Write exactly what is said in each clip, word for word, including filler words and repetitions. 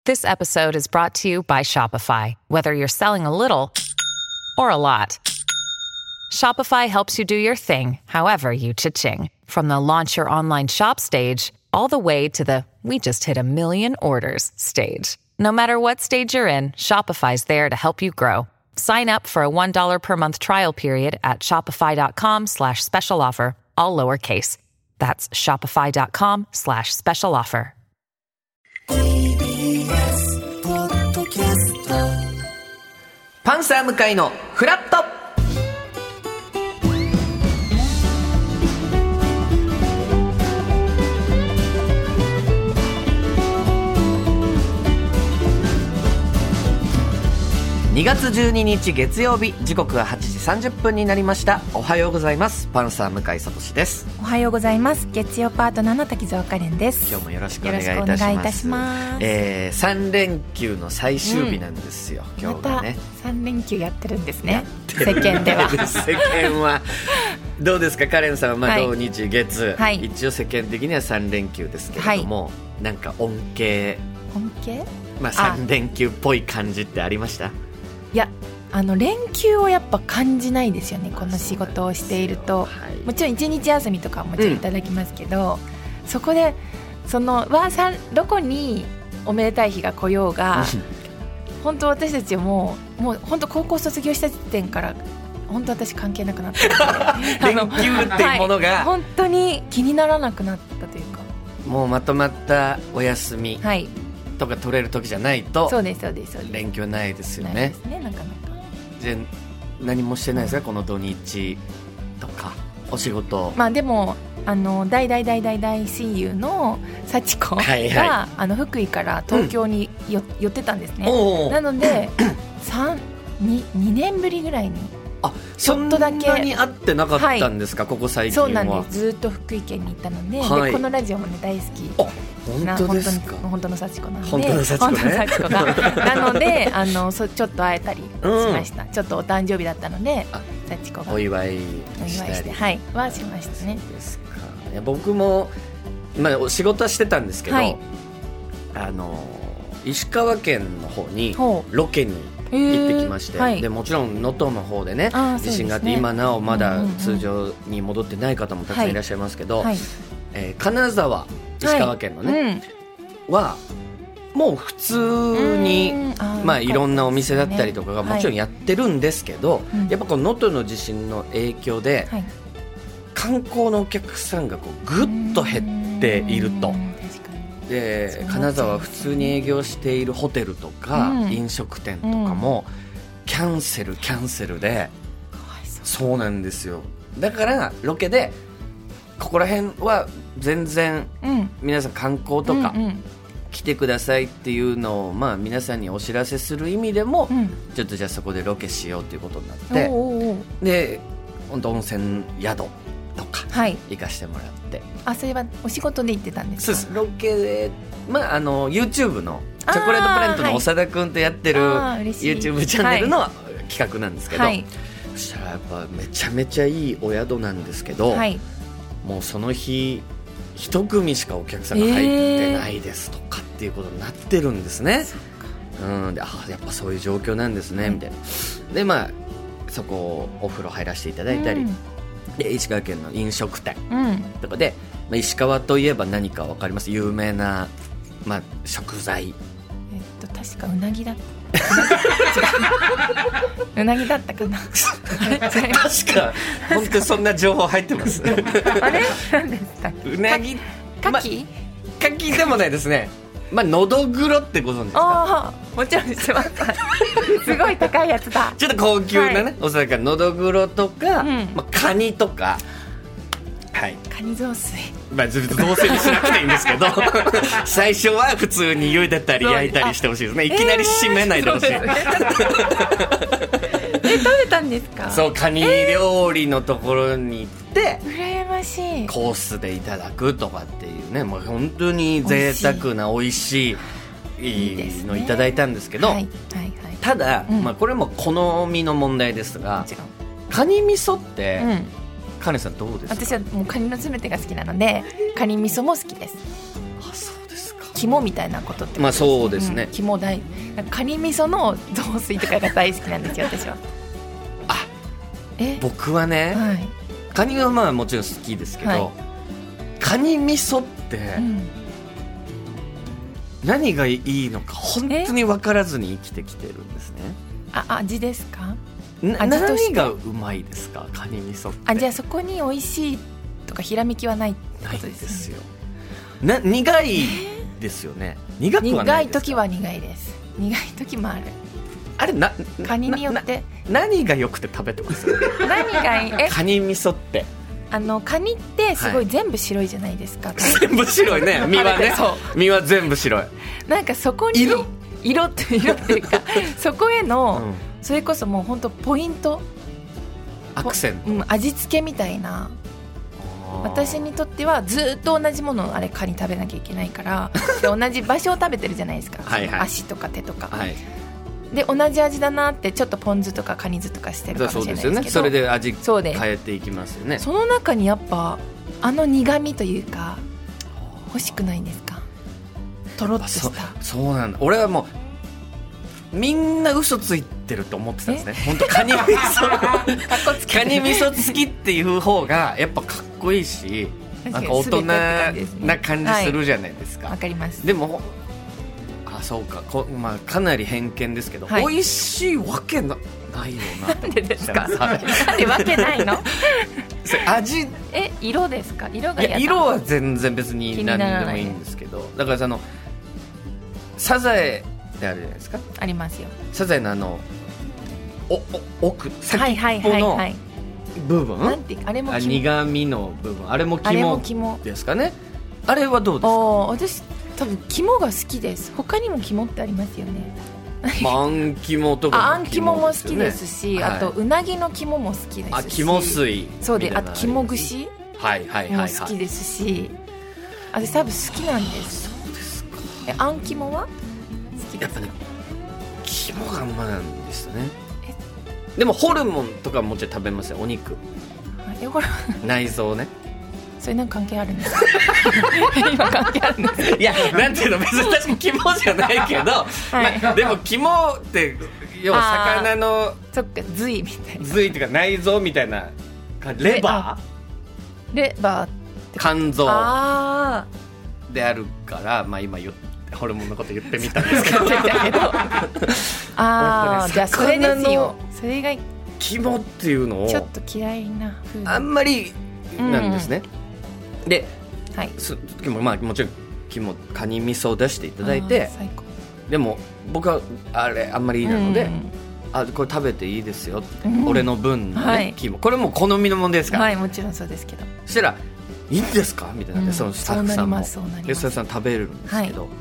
This episode is brought to you by Shopify. Whether you're selling a little or a lot, Shopify helps you do your thing, however you cha-ching. From the launch your online shop stage, all the way to the we just hit a million orders stage. No matter what stage you're in, Shopify's there to help you grow. Sign up for a one dollar per month trial period at shopify.com slash special offer, all lowercase. That's shopify.com slash special offer. パンサー向かいのフラット。にがつじゅうににち月曜日、時刻ははちじさんじゅっぷんになりました。おはようございます。パンサー向井聡です。 おはようございます。月曜パートナーの滝沢カレンです。 今日もよろしくお願いいたします。よろしくお願いいたします。えー、さん連休の最終日なんですよ、うん、今日がね。またさん連休やってるんですね、世間では。世間はどうですか、カレンさんは。まあ土日月、はい、一応世間的にはさん連休ですけれども、はい、なんか恩恵、 恩恵、 まあ、さん連休っぽい感じってありました？ いや、あの連休をやっぱ感じないですよね、この仕事をしていると。はい、もちろん一日休みとかはもちろんいただきますけど、うん、そこでそのわさどこにおめでたい日が来ようが本当私たちももう本当高校卒業した時点から本当私関係なくなったので連休っていうものが、はい、 本当に気にならなくなったというか、 もうまとまったお休み、はい、とか取れる時じゃないと。 そうですそうですそうです。 連休はないですよね。 ないですね、なかなか。 じゃ何もしてないですか、うん、この土日とかお仕事。 まあでもあの大大大大大親友の幸子が、はいはい、あの福井から東京によ、うん、寄ってたんですね。なのでにねんぶりぐらいにあちょっとだけそんなに会ってなかったんですか、はい、ここ最近は。 そうなんです。ずっと福井県に行ったので、はい、でこのラジオも、ね、大好き。 本当ですか。 本当の幸子なので、 本当の幸子ね、 本当の幸子がなのであのそちょっと会えたりしました、うん、ちょっとお誕生日だったので幸子がお祝いしたりして、はい、はしましたね。 そうですか。いや僕も、まあ、仕事はしてたんですけど、はい、あの石川県の方にロケに行ってきまして、はい、でもちろん能登の方でね地震があって、ね、今なおまだ通常に戻ってない方もたくさんいらっしゃいますけど、はいはい、えー、金沢、石川県のね、はい、うん、はもう普通に、まあ、いろんなお店だったりとかがもちろんやってるんですけど、はい、やっぱこの能登の地震の影響で、はい、観光のお客さんがこうぐっと減っていると。で金沢は普通に営業しているホテルとか、うん、飲食店とかもキャンセルキャンセルで、うん、そうなんですよ。だからロケでここら辺は全然皆さん観光とか来てくださいっていうのを、まあ、皆さんにお知らせする意味でも、うん、ちょっとじゃあそこでロケしようということになって、おうおう、で本当温泉宿とか行かしてもらって、はい、 あ、それはお仕事で行ってたんですか？ そうです。ロケで、まあ、あの YouTube のチョコレートプラネットの長田君とやってる YouTube チャンネルの企画なんですけど、はい、そしたらやっぱめちゃめちゃいいお宿なんですけど、はい、もうその日一組しかお客さんが入ってないですとかっていうことになってるんですね、えー、うんで、あ、やっぱそういう状況なんですね、うん、みたいな。でまあそこお風呂入らせていただいたり、うん、で石川県の飲食店とかで、まあ、石川といえば何か分かります？有名な、まあ、食材。えっと確かうなぎだったうなぎだったかな確か本当にそんな情報入ってますあれ何ですか？ うなぎ、 かき、 ま、かきでもないですね。まあ、のどぐろってご存知ですか？ あ、もちろん知ってますすごい高いやつだ。 ちょっと高級なね、はい、お魚、のどぐろとか、うん、まあ、カニとか、はい、 カニ雑炊、 まあ、ずっと雑炊にしなくていいんですけど最初は普通に茹でたり焼いたりしてほしいですね。いきなり締めないでほしい、えー、 え食べたんですか？ そう、カニ料理のところに行って、 えー、羨ましい。 コースでいただくとかっていうね、もう本当に贅沢な美味しいのいただいたんですけど、はいはいはい、ただ、うん、まあ、これも好みの問題ですが、カニ味噌って、うん、カネさんどうですか？ 私はもうカニの全てが好きなのでカニ味噌も好きです。 あ、そうですか。 肝みたいなことってことですね。 まあそうですね、 うん、肝大カニ味噌の雑炊とかが大好きなんですよ私は。 あえ僕はね、はい、カニはまあもちろん好きですけど、はい、カニ味噌って、うん、何がいいのか本当に分からずに生きてきてるんですね。 あ味ですか？ な何がうまいですかカニ味噌って。 あじゃあそこに美味しいとかひらめきはないってことですね。ないですよ。 な苦いですよね。苦くはないですか？ 苦い時は苦いです。苦い時もある。 あれなカニによって何が良くて食べてます何がいいえカニ味噌ってあのカニってすごい全部白いじゃないですか、はい、 全部白いね身はね身は全部白い。 なんかそこに色色って色っていうかそこへの、うん、それこそもう本当ポイントアクセント、 うん、味付けみたいな。私にとってはずっと同じものをあれカニ食べなきゃいけないからで同じ場所を食べてるじゃないですかはい、はい、足とか手とか、はい、で同じ味だなってちょっちょっとポン酢とかカニ酢とかしてるかもしれないですけどそうですよね。それで味変えていきますよね。 その中にやっぱあの苦味というか欲しくないんですか？とろっとした。 そ, そうなんだ。俺はもうみんな嘘ついてると思ってたんですね。本当カニ味噌カニ味噌好きっていう方がやっぱかっこいいしなんか大人な感じするじゃないですか。 わ、はい、かります。 でもあそうかこ、まあ、かなり偏見ですけど、はい、美味しいわけ な, ないよななんでですか？なんでわけないの味え色ですか？色が嫌だ。 いや色は全然別に何でもいいんですけどだからそのサザエってあるじゃないですか。 ありますよ。 サザエのあのおお奥先っぽの部分、 なんてあれもあ苦味の部分あれも肝ですかね。あれはどうですか？ 私多分肝が好きです。他にも肝ってありますよね。 まあ、あん肝とかも、 ね、あん肝も好きですし、はい、あとうなぎの肝も好きですし、 あ肝水そうであと肝串はいはいはい、はい、 も好きですし、私多分好きなんです。 そうですか。 えあん肝は好きですか？ やっぱね肝がうまなんですね。でもホルモンとかももちろん食べますよ。お肉えホル内臓ね。 それなんか関係あるんですか？今関係あるんですか？ いやなんていうの別に確かに肝じゃないけど、はいまあ、でも肝って要は魚のそっか髄みたいな髄っていうか内臓みたいなレバーレバーって肝臓であるからまあ今言ってホルモンのこと言ってみたんですけどああ、ね、じゃあそれですよ。それが肝っていうのをちょっと嫌いな風あんまりなんですね、うん、で、 はい、 そ時もまあもちろん肝カニ味噌を出していただいて最高。 でも僕はあれあんまりなので、うん、あこれ食べていいですよって、うん、俺の分の、ねはい、肝これも好みのものですからはいもちろんそうですけどそしたらいいんですかみたいな、うん、そのスタッフさんも吉田さん食べるんですけど、はい、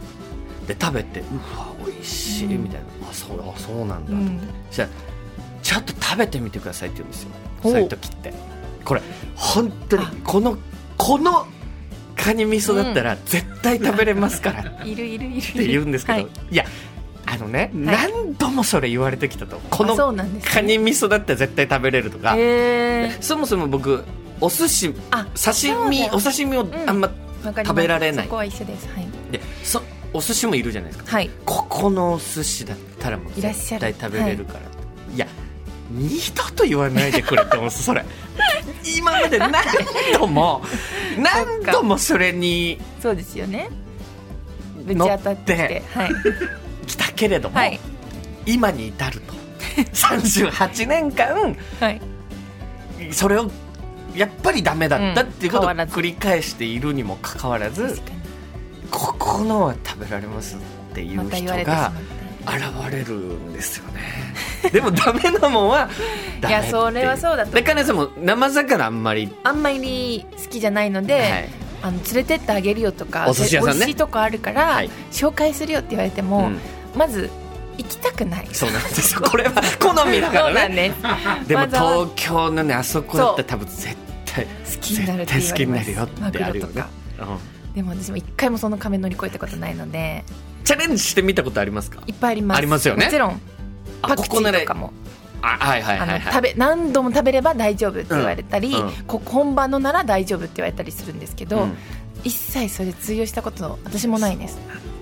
で食べてうわ美味しいみたいな、うん、あそうあそうなんだ、うん、そしたらちょっと食べてみてくださいって言うんですよ。そういう時ってこれ本当にこのこのカニ味噌だったら絶対食べれますから、 うん、いるいるいるって言うんですけど、はい、いやあのね、はい、何度もそれ言われてきたとこのカニ味噌だったら絶対食べれるとか、 ね、 そもそも僕お寿司刺身お刺身をあんま食べられない、 そこは一緒です、はい、 でそお寿司もいるじゃないですか、 はい、 ここのお寿司だったらもう絶対食べれるから、はい、いや二度と言わないでくれって思うんですそれ今まで何度も何度もそれにそうですよねぶち当たってきたけれども、はい、今に至るとさんじゅうはちねんかん、はい、それをやっぱりダメだったっていうことを繰り返しているにもかかわらず、うん、ここのは食べられますっていう人が現れるんですよねでもダメなもんはダメっていやそれはそうだとでかねさんも生魚あんまりあんまり好きじゃないので、はい、あの連れてってあげるよとかお寿司屋さんね美味しいとこあるから、はい、紹介するよって言われても、うん、まず行きたくない。 そうなんですよこれは好みだからねでも東京のねあそこだったら多分絶対好きになるって言われます。 絶対好きになるよってあるよね、 うん、でも私も一回もその壁乗り越えたことないのでチャレンジしてみたことありますか？ いっぱいあります。 ありますよね。 もちろんパクチーとかもあはいはいはいはい、 食べ何度も食べれば大丈夫って言われたり、うんうん、こ本場のなら大丈夫って言われたりするんですけど、うん、一切それ通用したこと私もないです。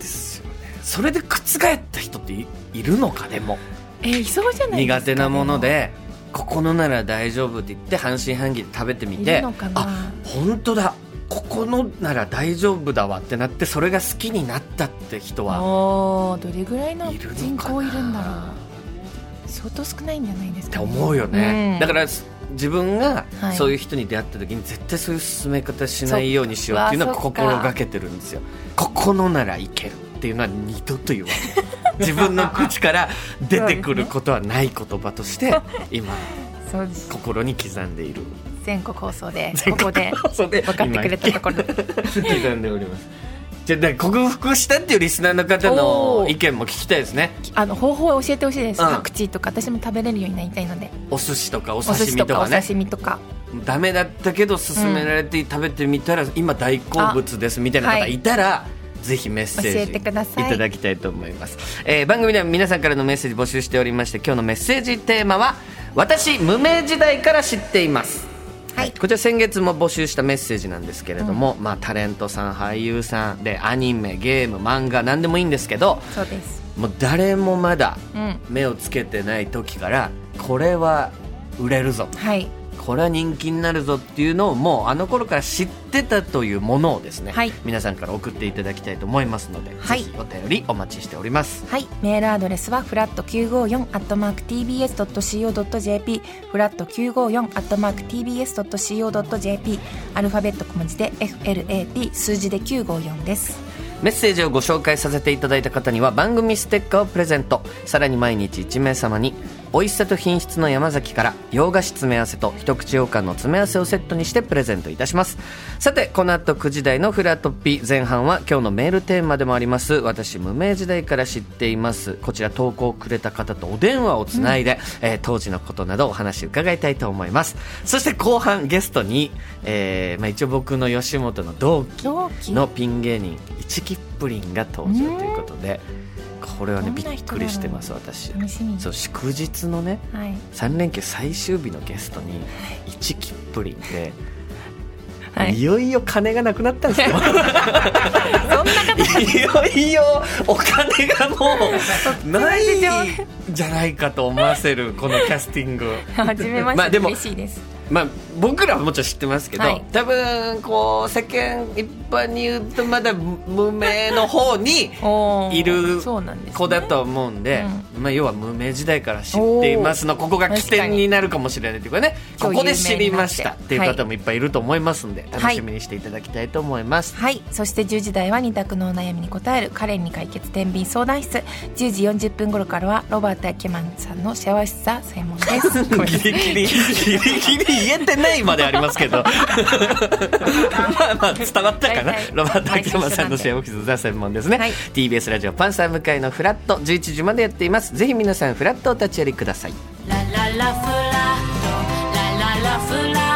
それで覆った人って い, いるのか。でもえー、いそうじゃないですか。 苦手なものでここのなら大丈夫って言って半信半疑で食べてみて、あ、本当だ、ここのなら大丈夫だわってなってそれが好きになったって人はどれぐらいの人口いるんだろう。相当少ないんじゃないですか、ね、 って思うよね、うん、だから自分がそういう人に出会った時に絶対そういう進め方しないようにしようっていうのは心がけてるんですよ。ここのならいけるっていうのは二度と言わない自分の口から出てくることはない言葉として今心に刻んでいる。 全国放送でここで分かってくれたところで刻んでおります。じゃあ克服したっていうリスナーの方の意見も聞きたいですね。 あの方法を教えてほしいです、うん、パクチーとか私も食べれるようになりたいので。 お寿司とかお刺身とかね、お刺身とかダメだったけど勧められて食べてみたら、うん、今大好物ですみたいな方いたら、はい、ぜひメッセージいただきたいと思います。えー、番組では皆さんからのメッセージ募集しておりまして、今日のメッセージテーマは私無名時代から知っています。はい、こちら先月も募集したメッセージなんですけれども、うん、まあ、タレントさん俳優さんでアニメゲーム漫画何でもいいんですけど、 そうです、 もう誰もまだ目をつけてない時から、うん、これは売れるぞ、はい、これは人気になるぞっていうのをもうあの頃から知ってたというものをですね、はい、皆さんから送っていただきたいと思いますので、はい、ぜひお便りお待ちしております。 はい、メールアドレスはフラットきゅうごよんアットマーク ティービーエスドットシーオードットジェーピー フラットきゅうごよんアットマーク ティービーエスドットシーオードットジェーピー アルファベット小文字で エフエルエーティー 数字できゅうごよんです。 メッセージをご紹介させていただいた方には番組ステッカーをプレゼント。さらに毎日いち名様に美味しさと品質の山崎から洋菓子詰め合わせと一口羊羹の詰め合わせをセットにしてプレゼントいたします。さてこの後くじ台のフラトピ前半は今日のメールテーマでもあります私無名時代から知っています、こちら投稿をくれた方とお電話をつないで、うん、えー、当時のことなどお話伺いたいと思います。そして後半ゲストに、えーまあ、一応僕の吉本の同期のピン芸人一木プリンが登場ということで、これはねびっくりしてます。私そう祝日のね、はい、さん連休最終日のゲストに一木プリンで、はい、いよいよ金がなくなったんですよそんな方いよいよお金がもうないじゃないかと思わせるこのキャスティング初めまして、嬉しいです。 まあ、僕らはもちろん知ってますけど、はい、多分こう世間一般に言うとまだ無名の方にいる子だと思うんで、うん、まあ、要は無名時代から知っていますのここが起点になるかもしれないというかね、ここで知りましたっていう方もいっぱいいると思いますんで、はい、楽しみにしていただきたいと思います。 はい、はい、そしてじゅうじ台は二択のお悩みに答えるカレンに解決天秤相談室、じゅうじよんじゅっぷん頃からはロバート・アキマンさんの幸せさ専門ですギリギリギリギリ言えてないまでありますけどまあまあ伝わったかな、はいはい、ロバート・アキマンさんの幸せさ専門ですね、はい、ティービーエス ラジオパンサー向井のフラットじゅういちじまでやっています。ぜひ皆さんフラットを立ち寄りください。ラララフラットラララフラット